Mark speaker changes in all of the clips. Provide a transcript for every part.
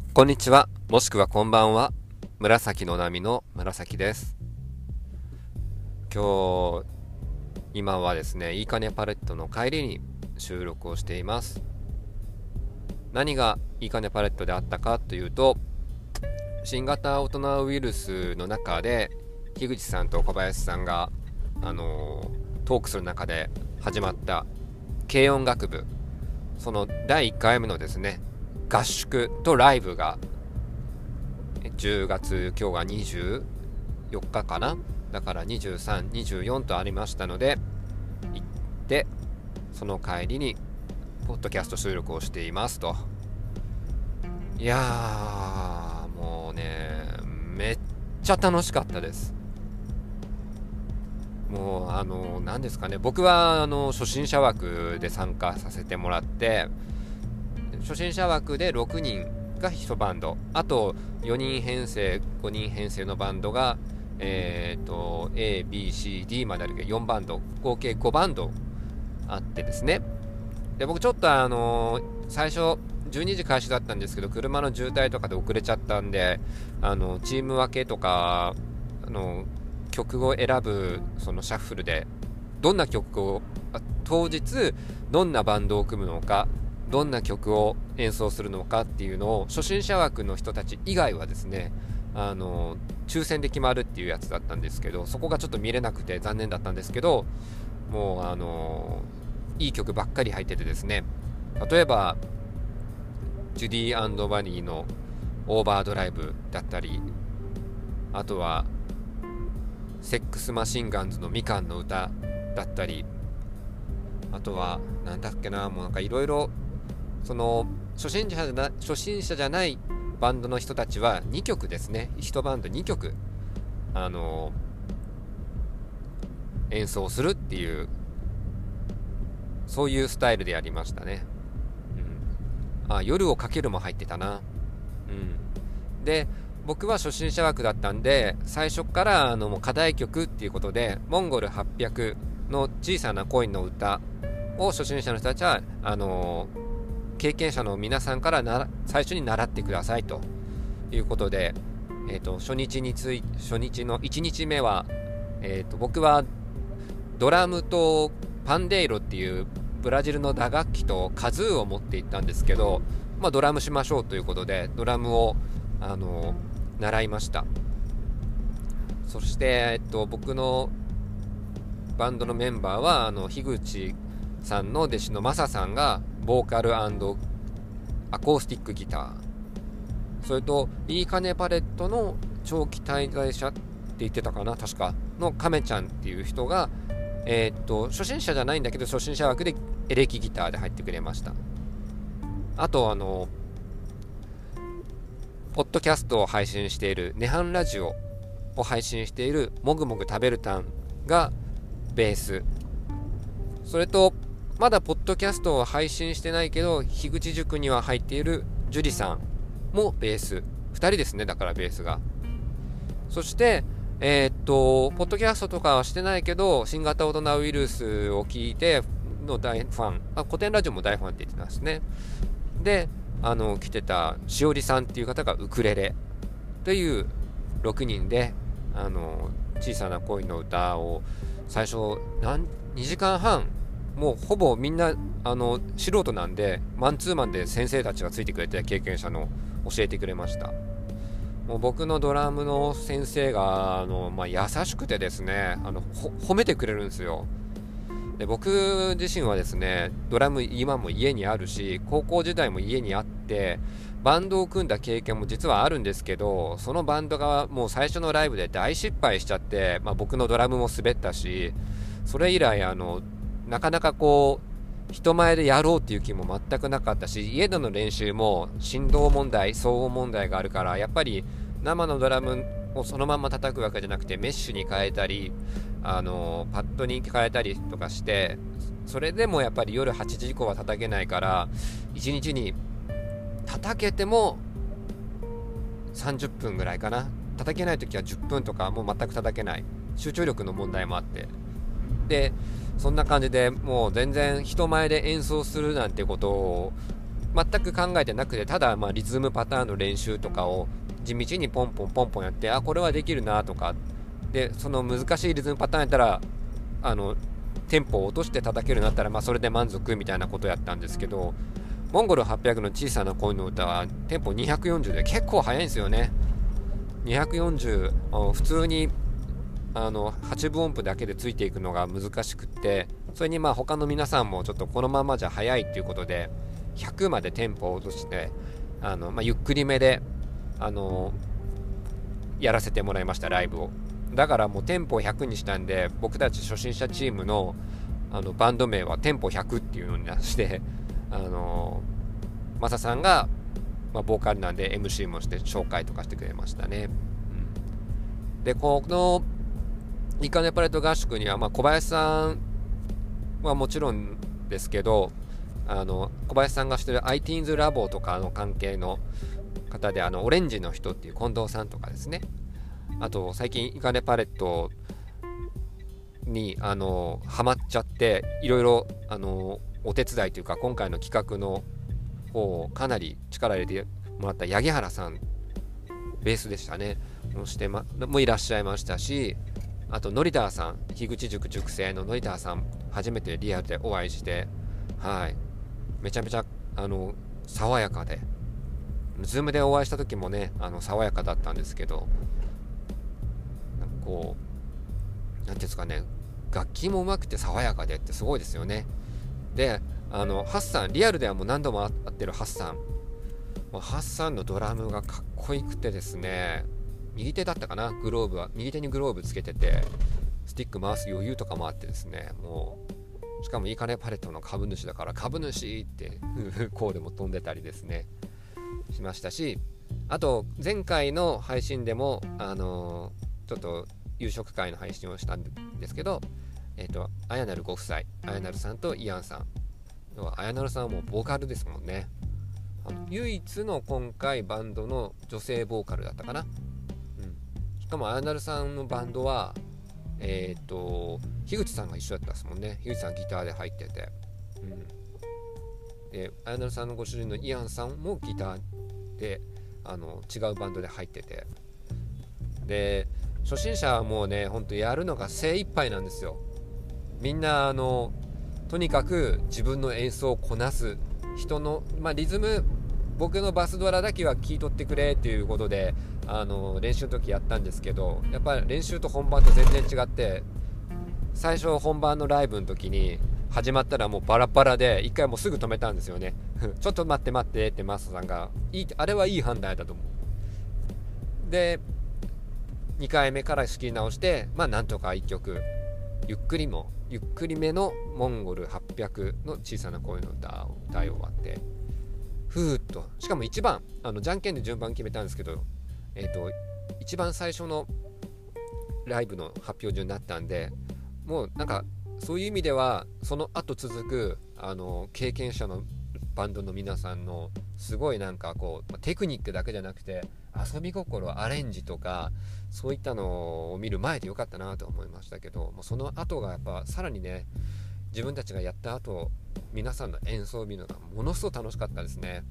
Speaker 1: こんにちは、もしくはこんばんは。紫の波の紫です。今日、今はですね、いいかねパレットの帰りに収録をしています。何がいいかねパレットであったかというと、新型オトナウイルスの中で、樋口さんと小林さんが、トークする中で始まった軽音楽部、その第1回目のですね、合宿とライブが10月、今日が24日かな、だから23、24とありましたので、行ってその帰りにポッドキャスト収録をしていますと。いやー、もうね、めっちゃ楽しかったです。もう何ですかね、僕は初心者枠で参加させてもらって、初心者枠で6人が1バンド、あと4人編成5人編成のバンドがABCD まであるけど4バンド、合計5バンドあってですね。で僕ちょっと最初12時開始だったんですけど、車の渋滞とかで遅れちゃったんで、チーム分けとか曲を選ぶそのシャッフルで、どんな曲を当日どんなバンドを組むのか、どんな曲を演奏するのかっていうのを初心者枠の人たち以外はですね、抽選で決まるっていうやつだったんですけど、そこがちょっと見れなくて残念だったんですけど、もういい曲ばっかり入っててですね、例えばジュディ&バニーのオーバードライブだったり、あとはセックスマシンガンズのみかんの歌だったり、あとはなんだっけな、もうなんかいろいろ、その初心者じゃないバンドの人たちは2曲ですね、1バンド2曲演奏するっていう、そういうスタイルでやりましたね。夜をかけるも入ってたな。で僕は初心者枠だったんで、最初からもう課題曲っていうことで、モンゴル800の小さな恋の歌を初心者の人たちは経験者の皆さんから最初に習ってくださいということで、初日の1日目は、僕はドラムとパンデイロっていうブラジルの打楽器とカズーを持って行ったんですけど、ドラムしましょうということでドラムを習いました。そして、僕のバンドのメンバーは樋口さんの弟子のマサさんがボーカル&アコースティックギター、それといいかねパレットの長期滞在者って言ってたかな、確かの亀ちゃんっていう人が、初心者じゃないんだけど初心者枠でエレキギターで入ってくれました。あとポッドキャストを配信しているネハンラジオを配信しているもぐもぐ食べるタンがベース、それとまだポッドキャストを配信してないけど樋口塾には入っているジュリさんもベース、2人ですね、だからベースが。そしてポッドキャストとかはしてないけど新型オトナウイルスを聞いての大ファン、古典ラジオも大ファンって言ってたんですね。で来てたしおりさんっていう方がウクレレという6人で小さな恋の歌を最初2時間半、もうほぼみんな素人なんでマンツーマンで先生たちがついてくれて、経験者の教えてくれました。もう僕のドラムの先生が優しくてですね、褒めてくれるんですよ。で僕自身はですね、ドラム今も家にあるし、高校時代も家にあって、バンドを組んだ経験も実はあるんですけど、そのバンドがもう最初のライブで大失敗しちゃって、僕のドラムも滑ったし、それ以来なかなかこう人前でやろうっていう気も全くなかったし、家での練習も振動問題、騒音問題があるから、やっぱり生のドラムをそのまま叩くわけじゃなくてメッシュに変えたりパッドに変えたりとかして、それでもやっぱり夜8時以降は叩けないから、1日に叩けても30分ぐらいかな、叩けない時は10分とか、もう全く叩けない、集中力の問題もあって、でそんな感じでもう全然人前で演奏するなんてことを全く考えてなくて、ただリズムパターンの練習とかを地道にポンポンポンポンやって、これはできるなとかで、その難しいリズムパターンやったらテンポを落として叩けるようになったら、それで満足みたいなことやったんですけど、モンゴル800の小さな恋の歌はテンポ240で結構速いんですよね。240、普通に8分音符だけでついていくのが難しくって、それに他の皆さんもちょっとこのままじゃ速いっていうことで100までテンポを落としてゆっくりめでやらせてもらいました、ライブを。だからもうテンポ100にしたんで、僕たち初心者チームのバンド名はテンポ100っていうのにしてマサさんが、ボーカルなんで MC もして紹介とかしてくれましたね。でこのイカネパレット合宿には、小林さんはもちろんですけど、小林さんがしてる iTeens ラボとかの関係の方でオレンジの人っていう近藤さんとかですね、あと最近イカネパレットにハマっちゃって、いろいろお手伝いというか今回の企画の方をかなり力入れてもらった八木原さん、ベースでしたねもいらっしゃいましたし、あとノリダーさん、樋口塾塾生のノリダーさん、初めてリアルでお会いして、めちゃめちゃ爽やかで、ズームでお会いした時もね爽やかだったんですけど、こうなんていうんですかね、楽器も上手くて爽やかでってすごいですよね。でハッサン、リアルではもう何度も会ってるハッサンのドラムがかっこよくてですね、右手だったかな、右手にグローブつけててスティック回す余裕とかもあってですね、もうしかもイカネパレットの株主だから株主ってコールも飛んでたりですねしましたし、あと前回の配信でもちょっと夕食会の配信をしたんですけど、あやなるご夫妻、あやなるさんとイアンさん、あやなるさんはもうボーカルですもんね。唯一の今回バンドの女性ボーカルだったかな。しかもあやなるさんのバンドは樋口さんが一緒だったですもんね。樋口さんギターで入ってて、であやなるさんのご主人のイアンさんもギターで違うバンドで入ってて、で初心者はもうね、ほんとやるのが精一杯なんですよ。みんなとにかく自分の演奏をこなす、人の、リズム、僕のバスドラだけは聞い取ってくれっていうことで練習の時やったんですけど、やっぱり練習と本番と全然違って、最初本番のライブの時に始まったらもうバラバラで、一回もうすぐ止めたんですよねちょっと待ってってマスターさんがあれはいい判断だと思う。で2回目から仕切り直して、なんとか1曲ゆっくりめのモンゴル800の小さな声の歌を歌い終わって、ふーっと、しかも一番じゃんけんで順番決めたんですけど、一番最初のライブの発表順になったんで、もうなんかそういう意味ではその後続く経験者のバンドの皆さんのすごいなんかこうテクニックだけじゃなくて遊び心、アレンジとかそういったのを見る前でよかったなと思いましたけど、もうその後がやっぱさらにね、自分たちがやった後皆さんの演奏を見るのがものすごく楽しかったですね。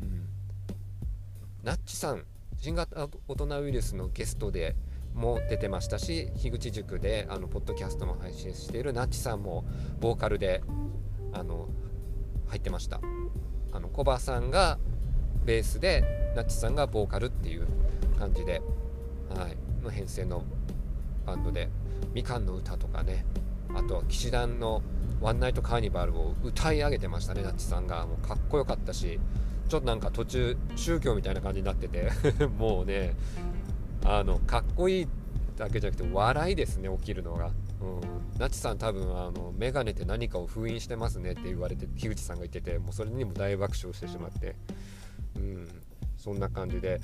Speaker 1: ナッチさん、新型大人ウイルスのゲストでも出てましたし、樋口塾でポッドキャストも配信しているナッチさんもボーカルで入ってました。コバさんがベースでナッチさんがボーカルっていう感じで、の編成のバンドで、みかんの歌とかね、あと騎士団のワンナイトカーニバルを歌い上げてましたね。ナッチさんがもうかっこよかったし、ちょっとなんか途中宗教みたいな感じになっててもうねかっこいいだけじゃなくて笑いですね、起きるのが。ナチさん多分メガネって何かを封印してますねって言われて、樋口さんが言ってて、もうそれにも大爆笑してしまって、そんな感じで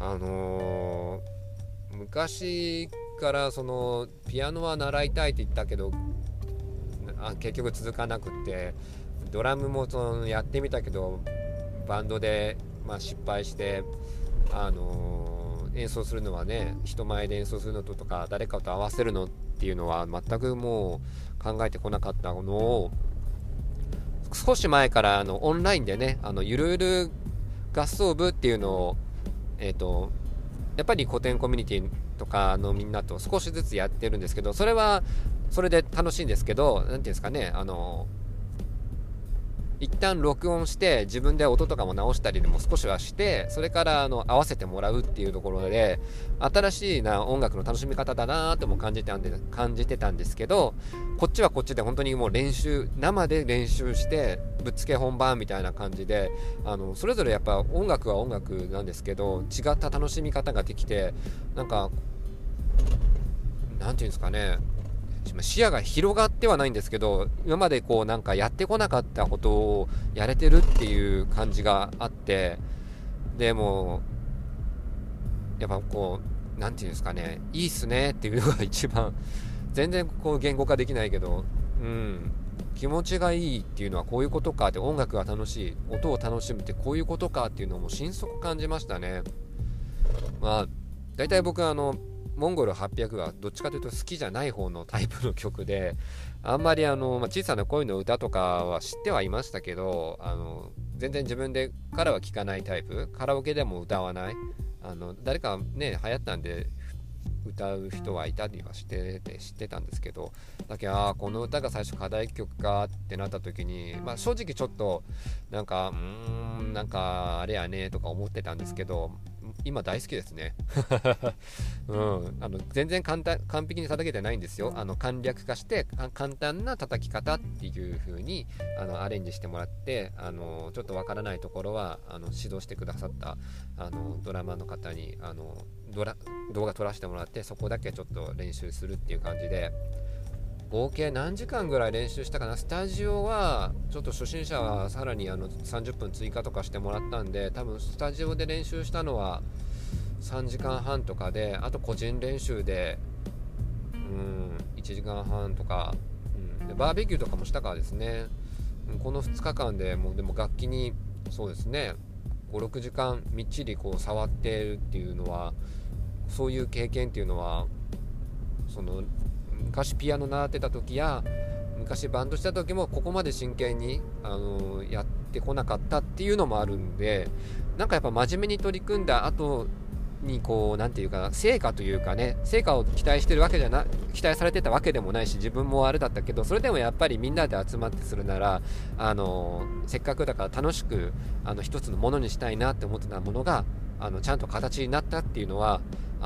Speaker 1: 昔からそのピアノは習いたいって言ったけど結局続かなくって、ドラムもやってみたけどバンドで失敗して、演奏するのはね、人前で演奏するのとか誰かと合わせるのっていうのは全くもう考えてこなかったのを、 少し前からオンラインでね、ゆるゆる合奏部っていうのを、やっぱり古典コミュニティとかのみんなと少しずつやってるんですけど、それはそれで楽しいんですけど、なんていうんですかね、一旦録音して自分で音とかも直したりでも少しはして、それから合わせてもらうっていうところで、新しいな音楽の楽しみ方だなとも感じてたんですけど、こっちはこっちで本当にもう生で練習してぶっつけ本番みたいな感じで、それぞれやっぱ音楽は音楽なんですけど、違った楽しみ方ができて、なんかなんていうんですかね、視野が広がってはないんですけど、今までこうなんかやってこなかったことをやれてるっていう感じがあって、でもやっぱこうなんていうんですかね、いいっすねっていうのが一番、全然こう言語化できないけど、気持ちがいいっていうのはこういうことかって、音楽が楽しい、音を楽しむってこういうことかっていうのをもう心底感じましたね。まあ大体僕はモンゴル800はどっちかというと好きじゃない方のタイプの曲で、あんまり小さな恋の歌とかは知ってはいましたけど、全然自分でからは聴かないタイプ、カラオケでも歌わない、誰かね流行ったんで歌う人はいたりはしてて知ってたんですけど、だけどこの歌が最初課題曲かってなった時に、正直ちょっとなんかなんかあれやねとか思ってたんですけど、今大好きですね。全然完璧に叩けてないんですよ。簡略化して簡単な叩き方っていう風にアレンジしてもらって、ちょっとわからないところは指導してくださったドラマの方に動画撮らせてもらって、そこだけちょっと練習するっていう感じで、合計何時間ぐらい練習したかな。スタジオはちょっと初心者はさらに30分追加とかしてもらったんで、多分スタジオで練習したのは3時間半とかで、あと個人練習で1時間半とか、でバーベキューとかもしたからですね。この2日間でもうでも楽器にそうですね5、6時間みっちりこう触ってるっていうのは、そういう経験っていうのは昔ピアノ習ってた時や昔バンドした時もここまで真剣にやってこなかったっていうのもあるんで、なんかやっぱ真面目に取り組んだ後にこうなんていうか成果というかね、成果を期待されてたわけでもないし、自分もあれだったけど、それでもやっぱりみんなで集まってするならせっかくだから楽しく一つのものにしたいなって思ってたものがちゃんと形になったっていうのは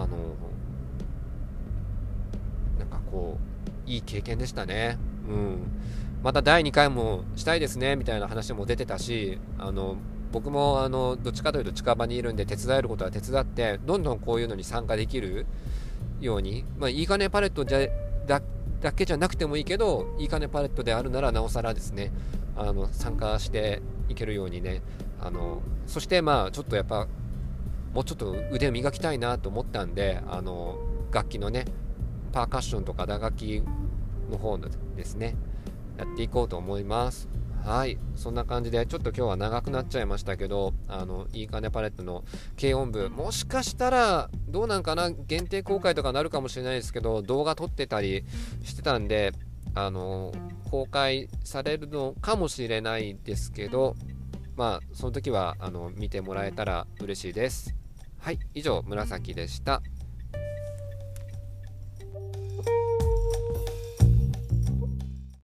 Speaker 1: なんかこういい経験でしたね。また第2回もしたいですねみたいな話も出てたし、僕もどっちかというと近場にいるんで手伝えることは手伝って、どんどんこういうのに参加できるように、いいかねパレットだけじゃなくてもいいけど、いいかねパレットであるならなおさらですね、参加していけるようにね、そしてちょっとやっぱもうちょっと腕を磨きたいなと思ったんで、楽器のねパーカッションとか打楽器の方のですねやっていこうと思います。はい、そんな感じでちょっと今日は長くなっちゃいましたけど、いいかねパレットの軽音部、もしかしたらどうなんかな、限定公開とかなるかもしれないですけど、動画撮ってたりしてたんで公開されるのかもしれないですけど、その時は見てもらえたら嬉しいです。はい、以上紫でした。